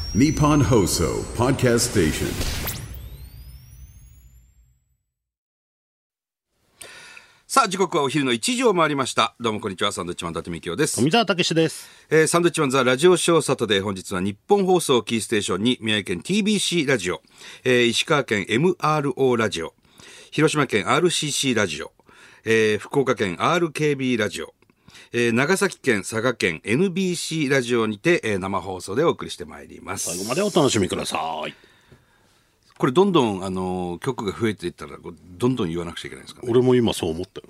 Nippon Hoso Podcast Station。 さあ時刻はお昼の1時を回りました。どうもこんにちは、サンドウィッチマン伊達美京です。 富澤たけしです。 サンドウィッチマンザラジオショーサタデー、本日は日本放送キーステーションに宮城県 TBC ラジオ、石川県 MRO ラジオ、広島県 RCC ラジオ、福岡県 RKB ラジオ、長崎県佐賀県 NBC ラジオにて、生放送でお送りしてまいります。 最後までお楽しみください。 これどんどん曲が増えていったらどんどん言わなくちゃいけないですかね。 俺も今そう思ったよ。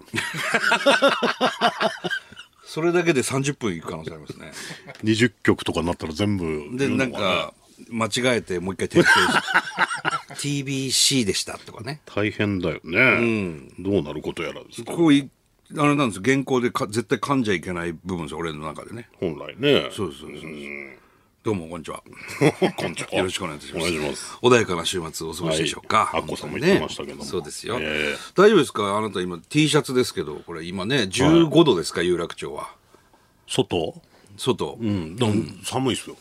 それだけで30分いく可能性ありますね。 20曲とかになったら全部でなんか間違えてもう一回訂正してTBC でしたとかね。 大変だよね、どうなることやらですか。 こうあれなんですよ、原稿で絶対噛んじゃいけない部分ですよ、俺の中でね。 本来ね。 そうです。どうもこんにちは。 こんにちは。 よろしくお願いいたします。 お願いします。 穏やかな週末お過ごしでしょうか。 アッコさんも言ってましたけども、 そうですよ、大丈夫ですか。あなた今 T シャツですけど、これ今ね15度ですか、有楽町は。 外、でも寒いっすよ。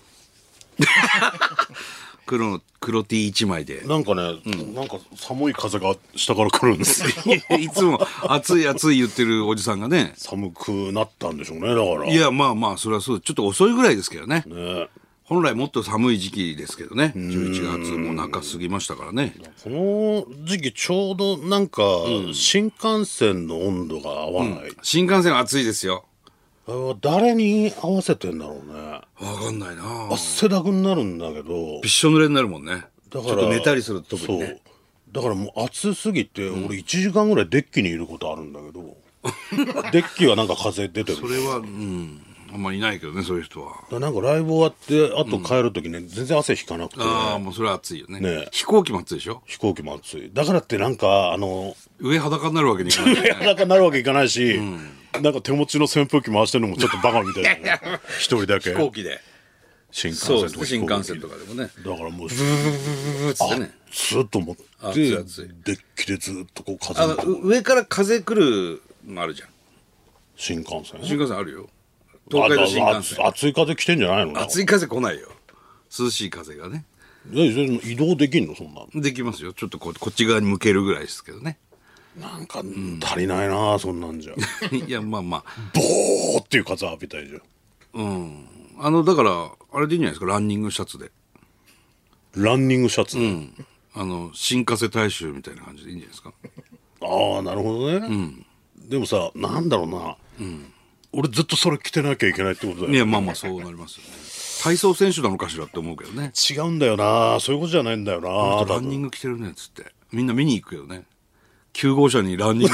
黒 T 一枚でなんかね、なんか寒い風が下から来るんですよ。 いつも暑い言ってるおじさんがね。 寒くなったんでしょうね。だからいやまあそれはそう、ちょっと遅いぐらいですけどね。本来もっと寒い時期ですけどね。11月も中過ぎましたからね。 この時期ちょうどなんか、新幹線の温度が合わない、 新幹線は暑いですよ。 誰に合わせてんだろうね。 分かんないな。 汗だくになるんだけど、 びっしょ濡れになるもんね。 だからちょっと寝たりすると特にね。 だからもう暑すぎて、俺1時間ぐらいデッキにいることあるんだけどデッキはなんか風出てる。 それはあんまりいないけどね、そういう人は。 なんかライブ終わってあと帰る時ね、全然汗引かなくて、 もうそれは暑いよね。 ね、 飛行機も暑いでしょ。 飛行機も暑い。だからってなんか上裸になるわけにいかない、ね、 上裸になるわけいかないし、なんか手持ちの扇風機回してるのもちょっとバカみたいな、ね、一人だけ飛行機で新幹線とか新幹線とかでもね。 だからもうブーッてね、 ずっと思ってデッキでずっとこう風の上から風来るのあるじゃん。 新幹線あるよ。東海道新幹線。 暑い風来てんじゃないの。 暑い風来ないよ、涼しい風がね。 移動できんの。そんなできますよ。ちょっとこっち側に向けるぐらいですけどね。 なんか足りないな、そんなんじゃ。 いやまあボーっていう風浴びたいじゃん。 だからあれでいいんじゃないですか、ランニングシャツで。 ランニングシャツで、 新風大衆みたいな感じでいいんじゃないですか。 ああなるほどね、でもさ、なんだろうな、俺ずっとそれ着てなきゃいけないってことだよね。 いやまあそうなりますよね。体操選手なのかしらって思うけどね。 違うんだよな、そういうことじゃないんだよな。 ランニング着てるねっつってみんな見に行くけどね。9号車にランニング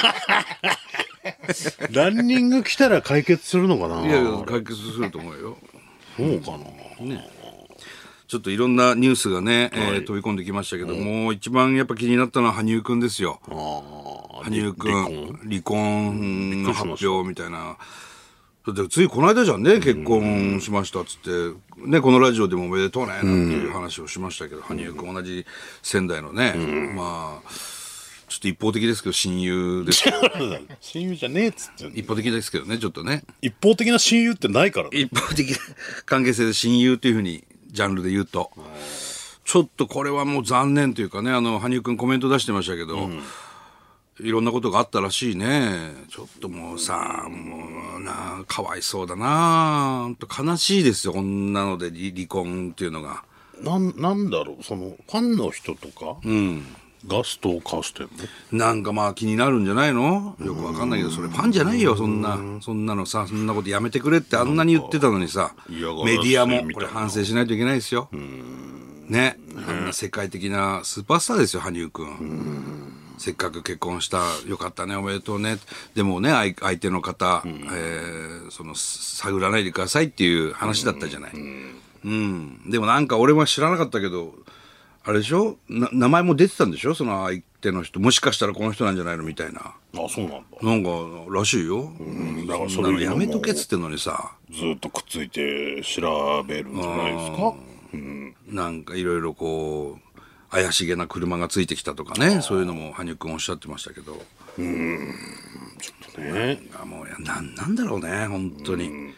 ランニング来たら解決するのかな。 いや解決すると思うよ。 そうかな、 ね、ちょっといろんなニュースがね、飛び込んできましたけども、一番やっぱ気になったのは羽生くんですよ。羽生くん離婚の発表みたいな。でついこの間じゃんね、結婚しましたっつってね、このラジオでもおめでとうねなんていう話をしましたけど、羽生くん同じ仙台のね、まあちょっと一方的ですけど親友ですよ。 親友じゃねえっつって。 一方的ですけどね、ちょっとね。 一方的な親友ってないからね。 一方的な関係性で親友というふうにジャンルで言うと、ちょっとこれはもう残念というかね、羽生くんコメント出してましたけど、いろんなことがあったらしいね。ちょっともうさ、もうな、かわいそうだな、ほんと悲しいですよ、こんなので離婚っていうのが。 なんだろう、そのファンの人とか、ガストを貸してんの。 なんかまあ気になるんじゃないの。よくわかんないけど、それファンじゃないよ、そんなのさ、そんなことやめてくれってあんなに言ってたのにさ、メディアもこれ反省しないといけないですよ。ね、あんな世界的なスーパースターですよ、羽生くん。せっかく結婚した、よかったね、おめでとうね。でもね、相手の方、探らないでくださいっていう話だったじゃない。でもなんか俺は知らなかったけど、あれでしょ、名前も出てたんでしょ、その相手の人。もしかしたらこの人なんじゃないのみたいな。 あ、そうなんだ。 なんからしいよ。 だからそれやめとけっつってんのにさ、 ずっとくっついて調べるんじゃないですか。 なんかいろいろこう怪しげな車がついてきたとかね、そういうのも羽生くんおっしゃってましたけど、 ちょっとね、 もうなんだろうね、本当に。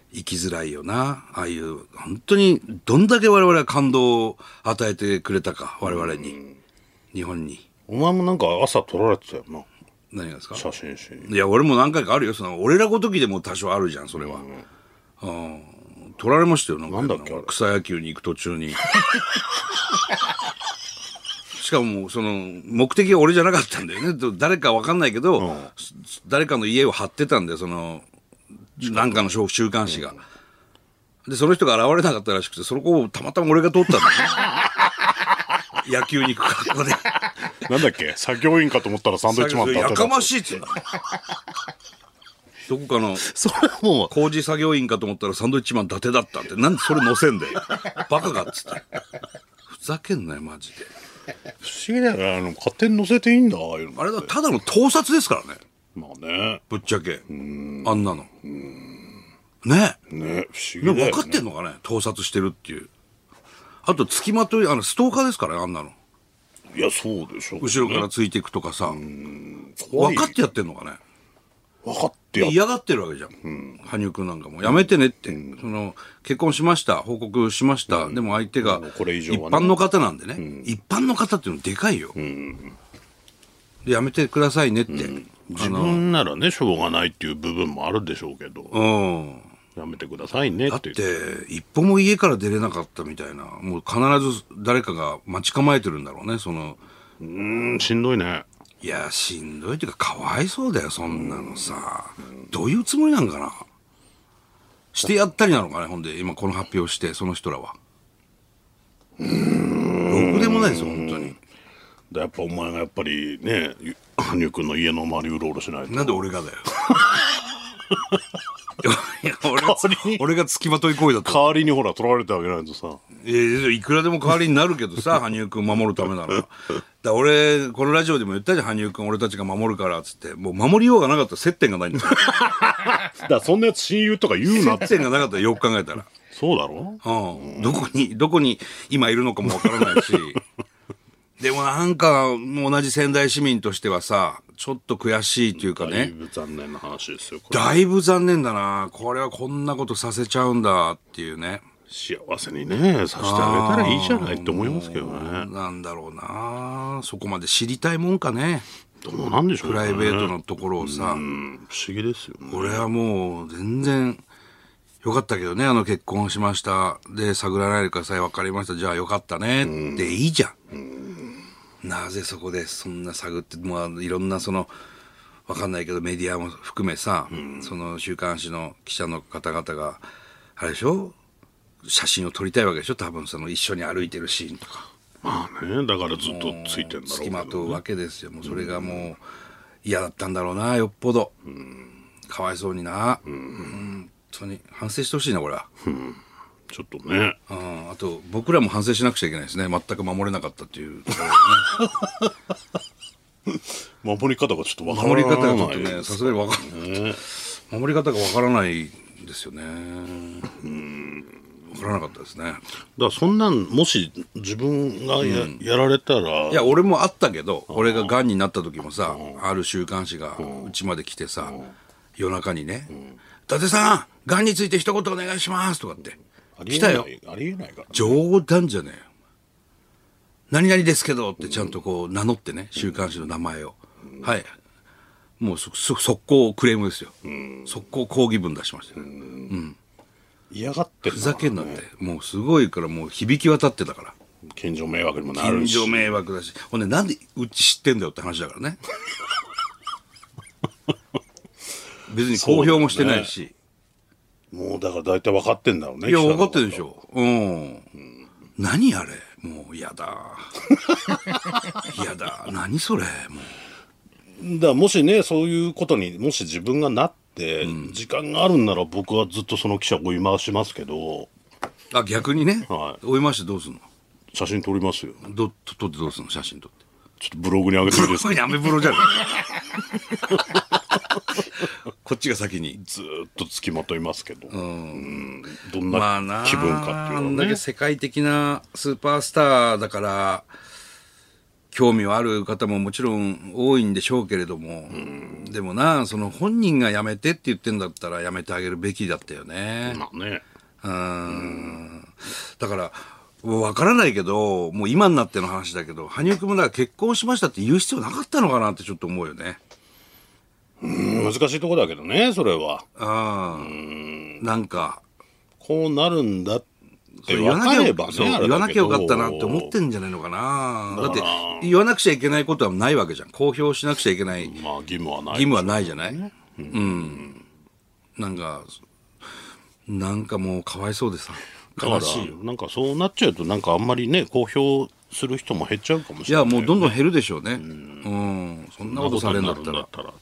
生きづらいよな。ああいう本当にどんだけ我々は感動を与えてくれたか、我々に、日本に。 お前もなんか朝撮られてたよな、 何がですか？ 写真集。 いや俺も何回かあるよ。その俺らごときでも多少あるじゃんそれは。撮られましたよ。 なんだっけあれ草野球に行く途中に。しかもその目的は俺じゃなかったんだよね。誰かわかんないけど、誰かの家を張ってたんだよ。そのなんかの週刊誌が。でその人が現れなかったらしくて、その子をたまたま俺が通ったんだよね。野球に行く格好で。 なんだっけ、作業員かと思ったらサンドイッチマンだった。 やかましいっつうの。どこかのそれもう工事作業員かと思ったらサンドイッチマン伊達だったって。なんでそれ載せんだよ。バカかっつって。ふざけんなよマジで。 不思議だよね。勝手に載せていいんだ、ああいうの。 あれだただの盗撮ですからね。 まあね。 ぶっちゃけあんなのね。 ね、不思でも議だよね。 分かってんのかね、盗撮してるっていう。あと付きまといストーカーですからね、あんなの。 いや、そうでしょう、ね。 後ろからついていくとかさ、 怖い分かってやってんのかね。 分かってやっ嫌がってるわけじゃん、羽生くんなんかもやめてねって、その結婚しました報告しました、でも相手がこれ以上一はね般の方なんでね、一般の方っていうのでかいよ、でやめてくださいねって、 自分ならね、しょうがないっていう部分もあるでしょうけど、やめてくださいねっだって言って。 一歩も家から出れなかったみたいな、もう必ず誰かが待ち構えてるんだろうね、その。 しんどいね。 いやしんどいっていうかかわいそうだよそんなのさ、どういうつもりなんかな、してやったりなのかね。ほんで今この発表してその人らはろくでもないですよ本当に。 やっぱお前がやっぱりね、羽生くんの家の周りうろうろしないと。 なんで俺がだよ。いや俺が付きまとい行為だと。 代わりにほら取られてあげないとさ。 いくらでも代わりになるけどさ、羽生くん守るためなら。だ俺このラジオでも言ったじゃん、羽生くん俺たちが守るからっつって。もう守りようがなかったら接点がないんですよ。 だからそんなやつ親友とか言うなって。 接点がなかったらよく考えたら、 そうだろ。 どこに今いるのかもわからないし。でもなんかもう同じ仙台市民としてはさ、ちょっと悔しいというかだいね、 ぶ残念な話ですよ。これだいぶ残念だな、これはこんなことさせちゃうんだっていうね。 幸せにね、させてあげたらいいじゃないって思いますけどね。 なんだろうな、そこまで知りたいもんかね、 どうなんでしょうね。 プライベートのところをさ。 不思議ですよね。 俺はもう全然よかったけどね、結婚しましたで探らないでください、分かりました、じゃあよかったねっていいじゃん。なぜそこでそんな探って、まあ、いろんなその分かんないけどメディアも含めさ、その週刊誌の記者の方々があれでしょ、写真を撮りたいわけでしょ多分、その一緒に歩いてるシーンとかまあね、だからずっとついてんだろうけどね。 付きまとうわけですよ。もうそれがもう嫌だったんだろうな、よっぽど。かわいそうにな。本当に反省してほしいなこれは。 ちょっとね。 あと僕らも反省しなくちゃいけないですね、全く守れなかったっていうところね。 守り方がちょっとわからない。 守り方がちょっとね、さすがに分かんない、守り方が分からないですよね。分からなかったですね。 だからそんなんもし自分がやられたら、 いや俺もあったけど、俺ががんになった時もさ、ある週刊誌がうちまで来てさ、夜中にね、伊達さんがんについて一言お願いしますとかって来たよ。 ありえないから、ね。 冗談じゃねえよ、何々ですけどってちゃんとこう名乗ってね、週刊誌の名前を、はい、もう速攻クレームですよ、速攻抗議文出しましたよ、 嫌がってるふざけんなって、もうすごいから、もう響き渡ってたから、 近所迷惑にもなるし。 近所迷惑だし、ほんでなんでうち知ってんだよって話だからね。別に公表もしてないし、 もうだから大体分かってんだろうね。 いや分かってるでしょ。何あれ、もう嫌だ。嫌だ。何それ、もう。 だからもしね、そういうことにもし自分がなって、時間があるんなら僕はずっとその記者を追い回しますけど。 あ、逆にね、 はい追い回してどうすんの。 写真撮りますよ。 撮ってどうすんの、写真撮って。 ちょっとブログに上げてみていいですか。 やめブロじゃない。こっちが先にずーっと付きまといますけど、どんまあなな気分かっていうのはね。 あんだけ世界的なスーパースターだから興味はある方ももちろん多いんでしょうけれども、でもな、その本人が辞めてって言ってんだったら辞めてあげるべきだったよね。 まあね。 だから分からないけど、もう今になっての話だけど、羽生君もだから結婚しましたって言う必要なかったのかなってちょっと思うよね。 難しいとこだけどね、それは。 なんかこうなるんだって言わ分なきゃかればね、 そうあれだけど言わなきゃよかったなって思ってんじゃないのかな。だって言わなくちゃいけないことはないわけじゃん。公表しなくちゃいけないまあ義務はない。 義務はないじゃない。なんかもうかわいそうでさ、悲しいよ。 なんかそうなっちゃうと、なんかあんまりね、公表する人も減っちゃうかもしれない。 いやもうどんどん減るでしょうね。そんなことされるんだったら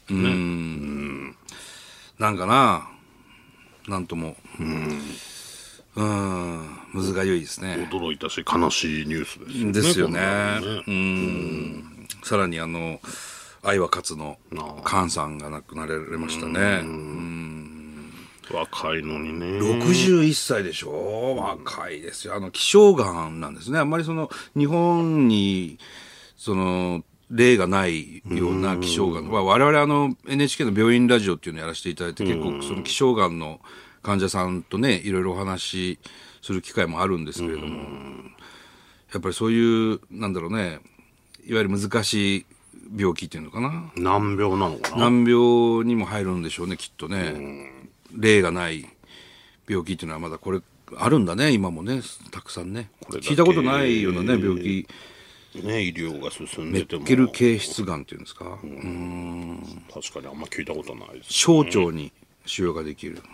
なんかな、なんともむずがゆいですね。 驚いたし悲しいニュースですよね。さらに愛は勝つの菅さんが亡くなられましたね。 若いのにね。 61歳でしょ。若いですよ。希少がんなんですね。あんまり日本に例がないような希少がん、我々NHK の病院ラジオっていうのをやらせていただいて、結構希少がんの患者さんとねいろいろお話しする機会もあるんですけれども、やっぱりそういうなんだろうね、いわゆる難しい病気っていうのかな、 難病なのかな。 難病にも入るんでしょうね、きっとね。例がない病気っていうのはまだこれあるんだね、今もね、たくさんね。聞いたことないようなね病気ね、医療が進んでてもメッケル憩室がんっていうんですか。 確かにあんま聞いたことないです、ね。 小腸に腫瘍ができる。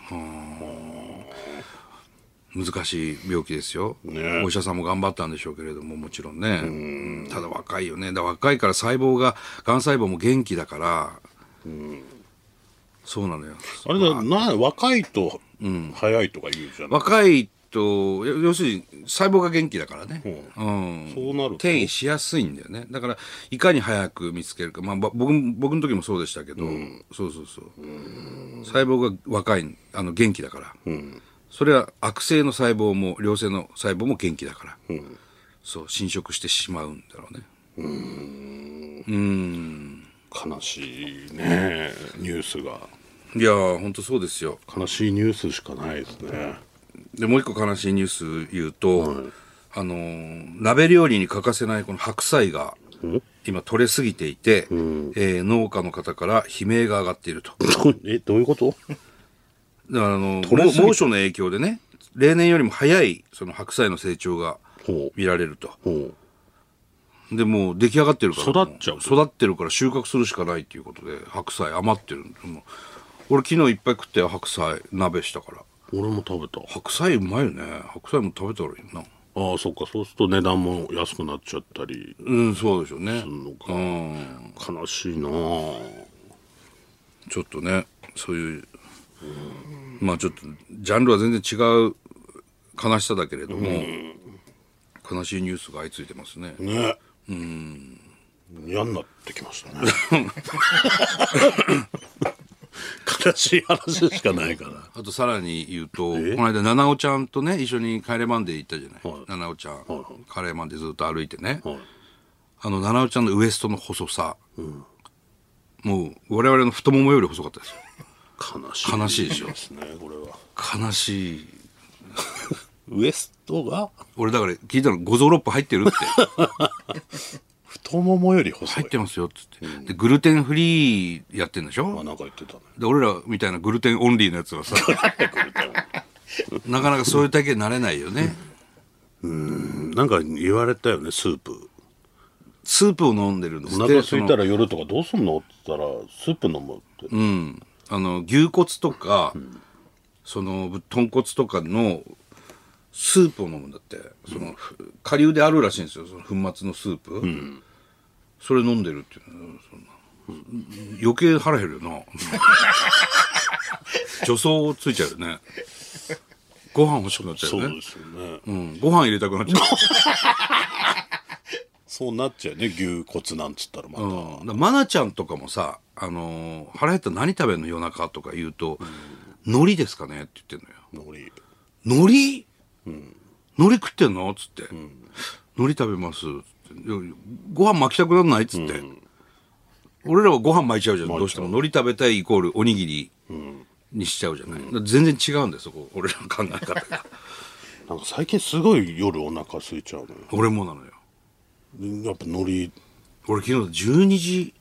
難しい病気ですよ、お医者さんも頑張ったんでしょうけれども、もちろんね。ただ若いよね。若いから細胞が、がん細胞も元気だから、そうなのよ。 あれだ、若いと早いとか言うじゃない。 若いと要するに細胞が元気だからね、 そうなると転移しやすいんだよね。だからいかに早く見つけるか、僕の時もそうでしたけど、そう細胞が若い元気だから、それは悪性の細胞も良性の細胞も元気だから、そう侵食してしまうんだろうね。 悲しいね、ニュースが。 いやー本当そうですよ。 悲しいニュースしかないですね。 でもう一個悲しいニュース言うと、鍋料理に欠かせないこの白菜が今取れすぎていて、農家の方から悲鳴が上がっていると。 どういうこと？ だから猛暑の影響でね、例年よりも早いその白菜の成長が見られると。でもう出来上がってるから育ってるから収穫するしかないっていうことで白菜余ってるんで、俺昨日いっぱい食って白菜鍋したから。 俺も食べた。 白菜うまいよね。白菜も食べたらいいな。 ああ、そっか。そうすると値段も安くなっちゃったり。 そうでしょうね。 悲しいな。 ちょっとね、そういう、まあちょっとジャンルは全然違う悲しさだけれども、悲しいニュースが相次いでますね。 ね。嫌になってきましたね。悲しい話しかないから。 あとさらに言うと、この間七尾ちゃんとね一緒に帰れマンデー行ったじゃない。七尾ちゃん、帰れマンデーずっと歩いてね、七尾ちゃんのウエストの細さ、もう我々の太ももより細かったですよ。悲しいでしょ。 これは悲しい。 ウエストが俺だから聞いたの5臓6腑入ってるって。 太ももより細い。 入ってますよっつって、でグルテンフリーやってんでしょ。 なんか言ってたね。 で俺らみたいなグルテンオンリーのやつはさなかなかそういう体型になれないよね。 なんか言われたよね。スープを飲んでるんですって。 お腹空いたら夜とかどうすんのって言ったらスープ飲むって。 牛骨とか、その豚骨とかのスープを飲むんだって。その顆粒であるらしいんですよ、その粉末のスープ、それ飲んでるっていうの、余計腹減るよな。助走ついちゃうよね。ご飯欲しくなっちゃうよね。 そうですよね。 ご飯入れたくなっちゃう。 そうなっちゃうね。牛骨なんつったらまた。 マナちゃんとかもさ、腹減ったら何食べるの夜中とか言うと、海苔ですかねって言ってんのよ。海苔海苔食ってんのっつって、海苔食べますっつって、 ご飯巻きたくなんないっつって、俺らはご飯巻いちゃうじゃん。どうしても海苔食べたいイコールおにぎりにしちゃうじゃない。全然違うんだよ、そこ。俺らの考え方が。 なんか最近すごい夜お腹空いちゃうのよ。 俺もなのよ。 やっぱ海苔。 俺昨日12時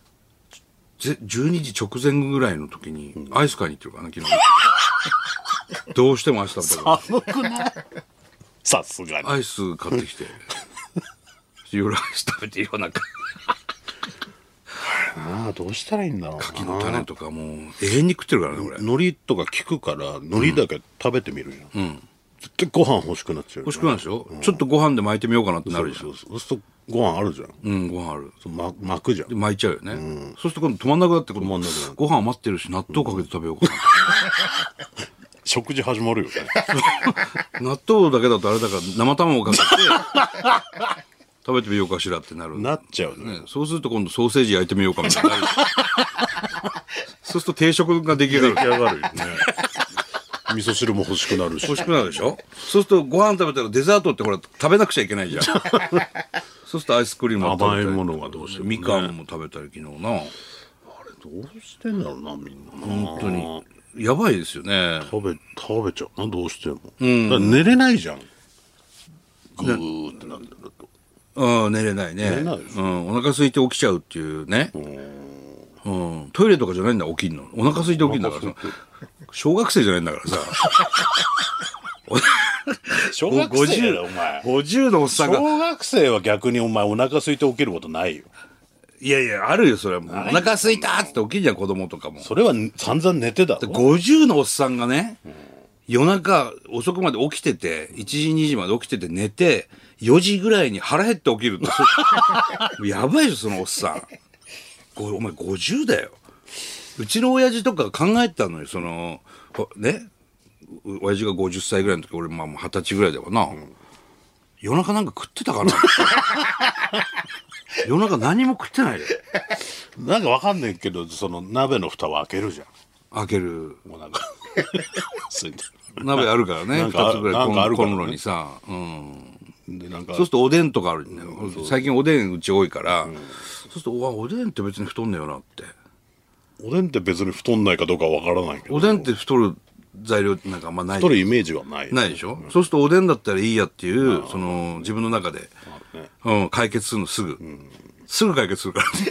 直前ぐらいの時にアイス買いに行ってるからね、昨日。どうしてもアイス食べたから。 寒くないさすがに。 アイス買ってきて。夜アイス食べて夜中。 ああ、どうしたらいいんだろうな。 柿の種とかもう永遠に食ってるからね、これ。 海苔とか効くから海苔だけ食べてみるじゃん。絶対ご飯欲しくなっちゃう。 欲しくないでしょ、ちょっとご飯で巻いてみようかなってなるじゃん。 そうするとご飯あるじゃん。 ご飯ある。 巻くじゃん。 で巻いちゃうよね。そうすると今度止まんなくなって、ご飯余ってるし納豆かけて食べようかな。 食事始まるよね。 納豆だけだとあれだから生卵かけて食べてみようかしらってなる。 なっちゃうね。そうすると今度ソーセージ焼いてみようかみたいになる。そうすると定食が出来上がる。 出来上がるよね。味噌汁も欲しくなるし。 欲しくなるでしょ。そうするとご飯食べたらデザートってほら食べなくちゃいけないじゃん。そうするとアイスクリームも食べたり、 甘いものがどうしてもね、 みかんも食べたり昨日な。 あれどうしてんだろうな、みんな。 本当にやばいですよね。 食べちゃうな、どうしても。だから寝れないじゃん。グーってなってると。 寝れないね。 寝れないでしょ。 お腹空いて起きちゃうっていうね。トイレとかじゃないんだ、起きんの。お腹空いて起きんだからさ。小学生じゃないんだからさ。 小学生だよ、お前。 50のおっさんが。 小学生は逆にお前お腹空いて起きることないよ。 いやいや、あるよ、それはもう。お腹空いたって起きんじゃん、子供とかも。 それは散々寝てだろ。 50のおっさんがね、夜中遅くまで起きてて、1時2時まで起きてて寝て、4時ぐらいに腹減って起きるって。やばいでしょ、そのおっさん。お前50だよ。うちの親父とか考えてたのよ、その、ね。親父が50歳ぐらいの時、俺まあもう20歳ぐらいだわな。夜中なんか食ってたかな。夜中何も食ってないで。 なんかわかんないけど、その鍋の蓋を開けるじゃん。 開ける。 もうなんかついてる。 鍋あるからね、2つぐらいコンロにさ。 でなんかそうするとおでんとかあるんだよ。最近おでんうち多いから、そうするとおでんって別に太んねえよなって。 おでんって別に太んないかどうかわからないけど。 おでんって太る材料なんかあんまない。 太るイメージはない。 ないでしょ。そうするとおでんだったらいいやっていう、その自分の中で、解決するのすぐ。すぐ解決するからね。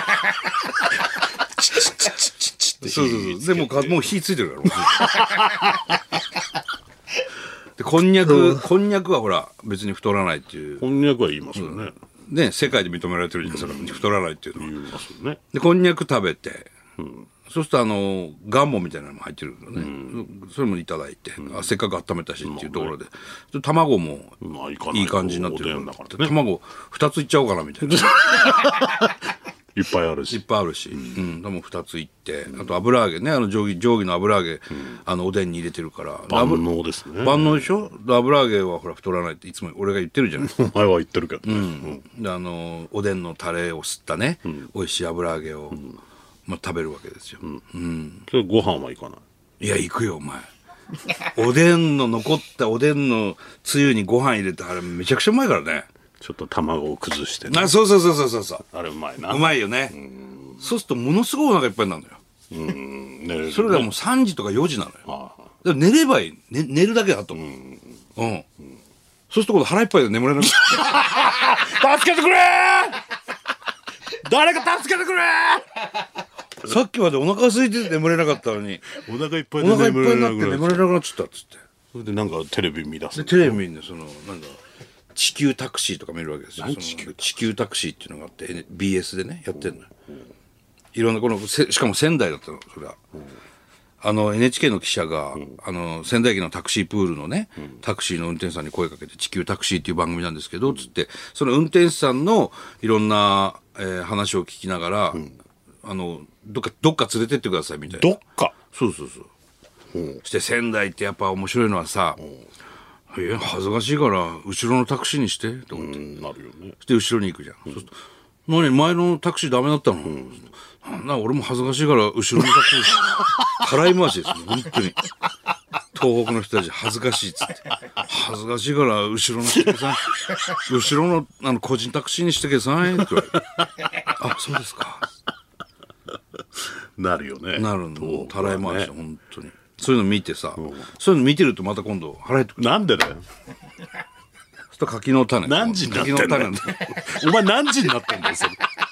そうそうそう。でもう火ついてるから。でこんにゃくはほら別に太らないっていう。 こんにゃくは言いますよね。 ね、世界で認められてるじゃん、それ太らないっていうのは。 言いますよね。 でこんにゃく食べて、そうするとガンモみたいなのも入ってるのね、それもいただいて、せっかく温めたしっていうところで、卵もいい感じになってるから、卵2ついっちゃおうかなみたいな。 いっぱいあるし。 いっぱいあるし、でも2ついって、あと油揚げね、定規の油揚げ、おでんに入れてるから。 万能ですね。 万能でしょ。油揚げはほら太らないっていつも俺が言ってるじゃない。 お前は言ってるけどね。 でおでんのタレを吸ったね、美味しい油揚げを、食べるわけですよ。 それご飯はいかない。 いや行くよお前。おでんの残ったおでんのつゆにご飯入れて、あれめちゃくちゃうまいからね。 ちょっと卵を崩してね。 そう。 あれうまいな。 うまいよね。そうするとものすごいお腹いっぱいになるのよ。それがもう3時とか4時なのよ。でも寝ればいい、寝るだけだと。そうすると今度腹いっぱいで眠れなくて。助けてくれー。誰か助けてくれー。さっきまでお腹空いて眠れなかったのに、 お腹いっぱいで眠れなくて眠れなくなっちゃったっつって。 それでなんかテレビ見出す。 でテレビ見んでなんか地球タクシーとか見るわけですよ。地球タクシーっていうのがあって、BS でねやってんのよ。いろんなしかも仙台だったのそれは。NHK の記者が、仙台駅のタクシープールのね、タクシーの運転手さんに声かけて、地球タクシーっていう番組なんですけどつって、その運転手さんのいろんな、話を聞きながら、どっか連れてってくださいみたいな。 どっか。 そう。して仙台ってやっぱ面白いのはさ、恥ずかしいから後ろのタクシーにしてとかって、 なるよね。 で後ろに行くじゃん。そうすると何前のタクシーダメだったの、俺も恥ずかしいから後ろのタクシー払い回しですね本当に。 東北の人たち恥ずかしいっつって。恥ずかしいから後ろのしてけさい。後ろの個人タクシーにしてけさいって言われて。あ、そうですか。 なるよね。 なるの。たらい回し、本当に。そういうの見てさ、そういうの見てるとまた今度腹減ってくる。 なんでだよ。 ちょっと柿の種。 何時になってんだよ。 柿の種。 お前何時になってんだよ、それ。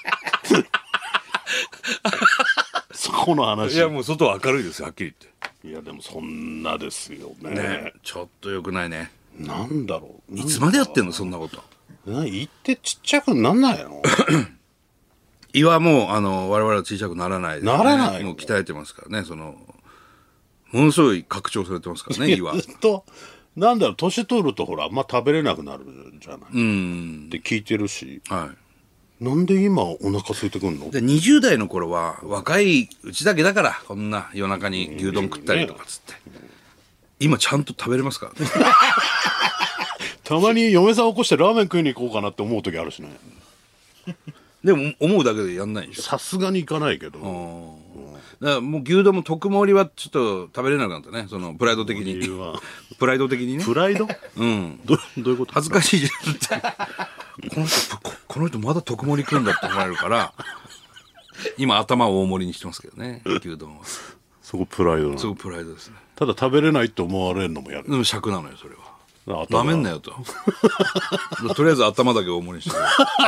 そこの話。 いや、もう外は明るいですよ、はっきり言って。 いやでもそんなですよね。 ね、ちょっと良くないね。 なんだろう。 いつまでやってんのそんなこと。 言ってちっちゃくなんないの？ 胃はもう我々は小さくならないです、ね。 ならないの？ もう鍛えてますからね。ものすごい拡張されてますからね、胃は。 ずっとなんだろう、年取るとほらあんま食べれなくなるじゃない。って聞いてるし。 はい。 なんで今お腹空いてくんの？ で20代の頃は若いうちだけだからこんな夜中に牛丼食ったりとかつって、今ちゃんと食べれますからね。 たまに嫁さん起こしてラーメン食いに行こうかなって思う時あるしね。 でも思うだけでやんないでしょ。 さすがに行かないけど。 だからもう牛丼も特盛りはちょっと食べれなくなったね、プライド的に。プライド的にね。 プライド？ うん。 どういうこと？ 恥ずかしいじゃんって。この人まだ特盛り食うんだって思われるから、今頭を大盛りにしてますけどね、牛丼は。 そこプライドなの？ すごくプライドですね。 ただ食べれないって思われるのもやる。 でも尺なのよ、それは。 なめんなよと。とりあえず頭だけ大盛りにして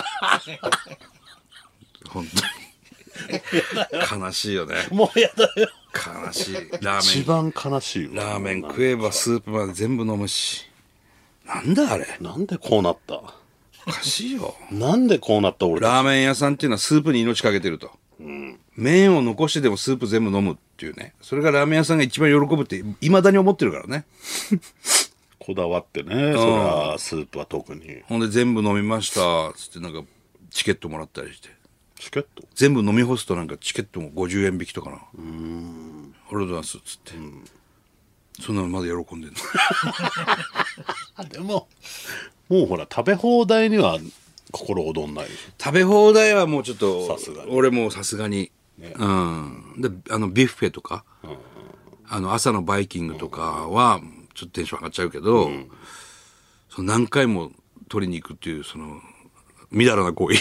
本当に悲しいよね。 もうやだよ。 悲しい。ラーメン一番悲しいよ。 ラーメン食えばスープまで全部飲むし。なんだあれ。 なんでこうなった？ おかしいよ。 なんでこうなった俺。 ラーメン屋さんっていうのはスープに命かけてると。麺を残してでもスープ全部飲むっていうね。それがラーメン屋さんが一番喜ぶって未だに思ってるからね。 こだわってね、そらスープは特に。 ほんで全部飲みましたつってなんかチケットもらったりして。 チケット？ 全部飲み干すとなんかチケットも50円引きとかな。ありがとうございますっつって。そんなのまだ喜んでんの。 でももうほら食べ放題には心躍んないでしょ。 食べ放題はもうちょっとさすがに俺もさすがに、ね、でビュッフェとか、朝のバイキングとかはちょっとテンション上がっちゃうけど、その何回も取りに行くっていうそのみだらな行為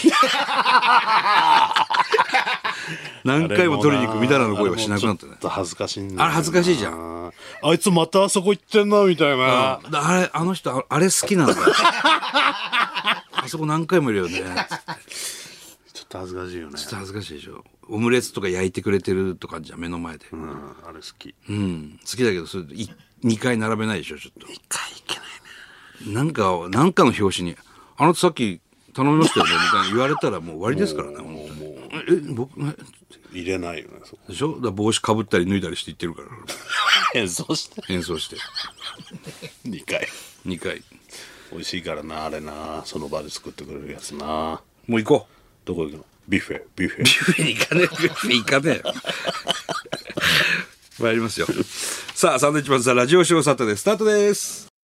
何回も取りに行くみだらな行為はしなくなったね。 ちょっと恥ずかしいんだよな。 あれ恥ずかしいじゃん。 あいつまたあそこ行ってんなみたいな。 あの人あれ好きなんだよ。あそこ何回もいるよね。 ちょっと恥ずかしいよね。 ちょっと恥ずかしいでしょ。オムレツとか焼いてくれてるとかじゃん目の前で。 あれ好き。 好きだけどそれ2回並べないでしょちょっと。 一回いけないね。 なんかの表紙にあなたさっき頼みましたよねみたいな言われたらもう終わりですからね。もう僕入れないよね。そこでしょ。だから帽子かぶったり脱いだりして言ってるから変装して変装して 2回 2回美味しいからなあれな。その場で作ってくれるやつな。 もう行こう。 どこ行くの？ビュッフェビュッフェに行かねえビュッフェ行かねえよ。参りますよ。さあサンドウィッチマンザラジオショーサタデースタートです。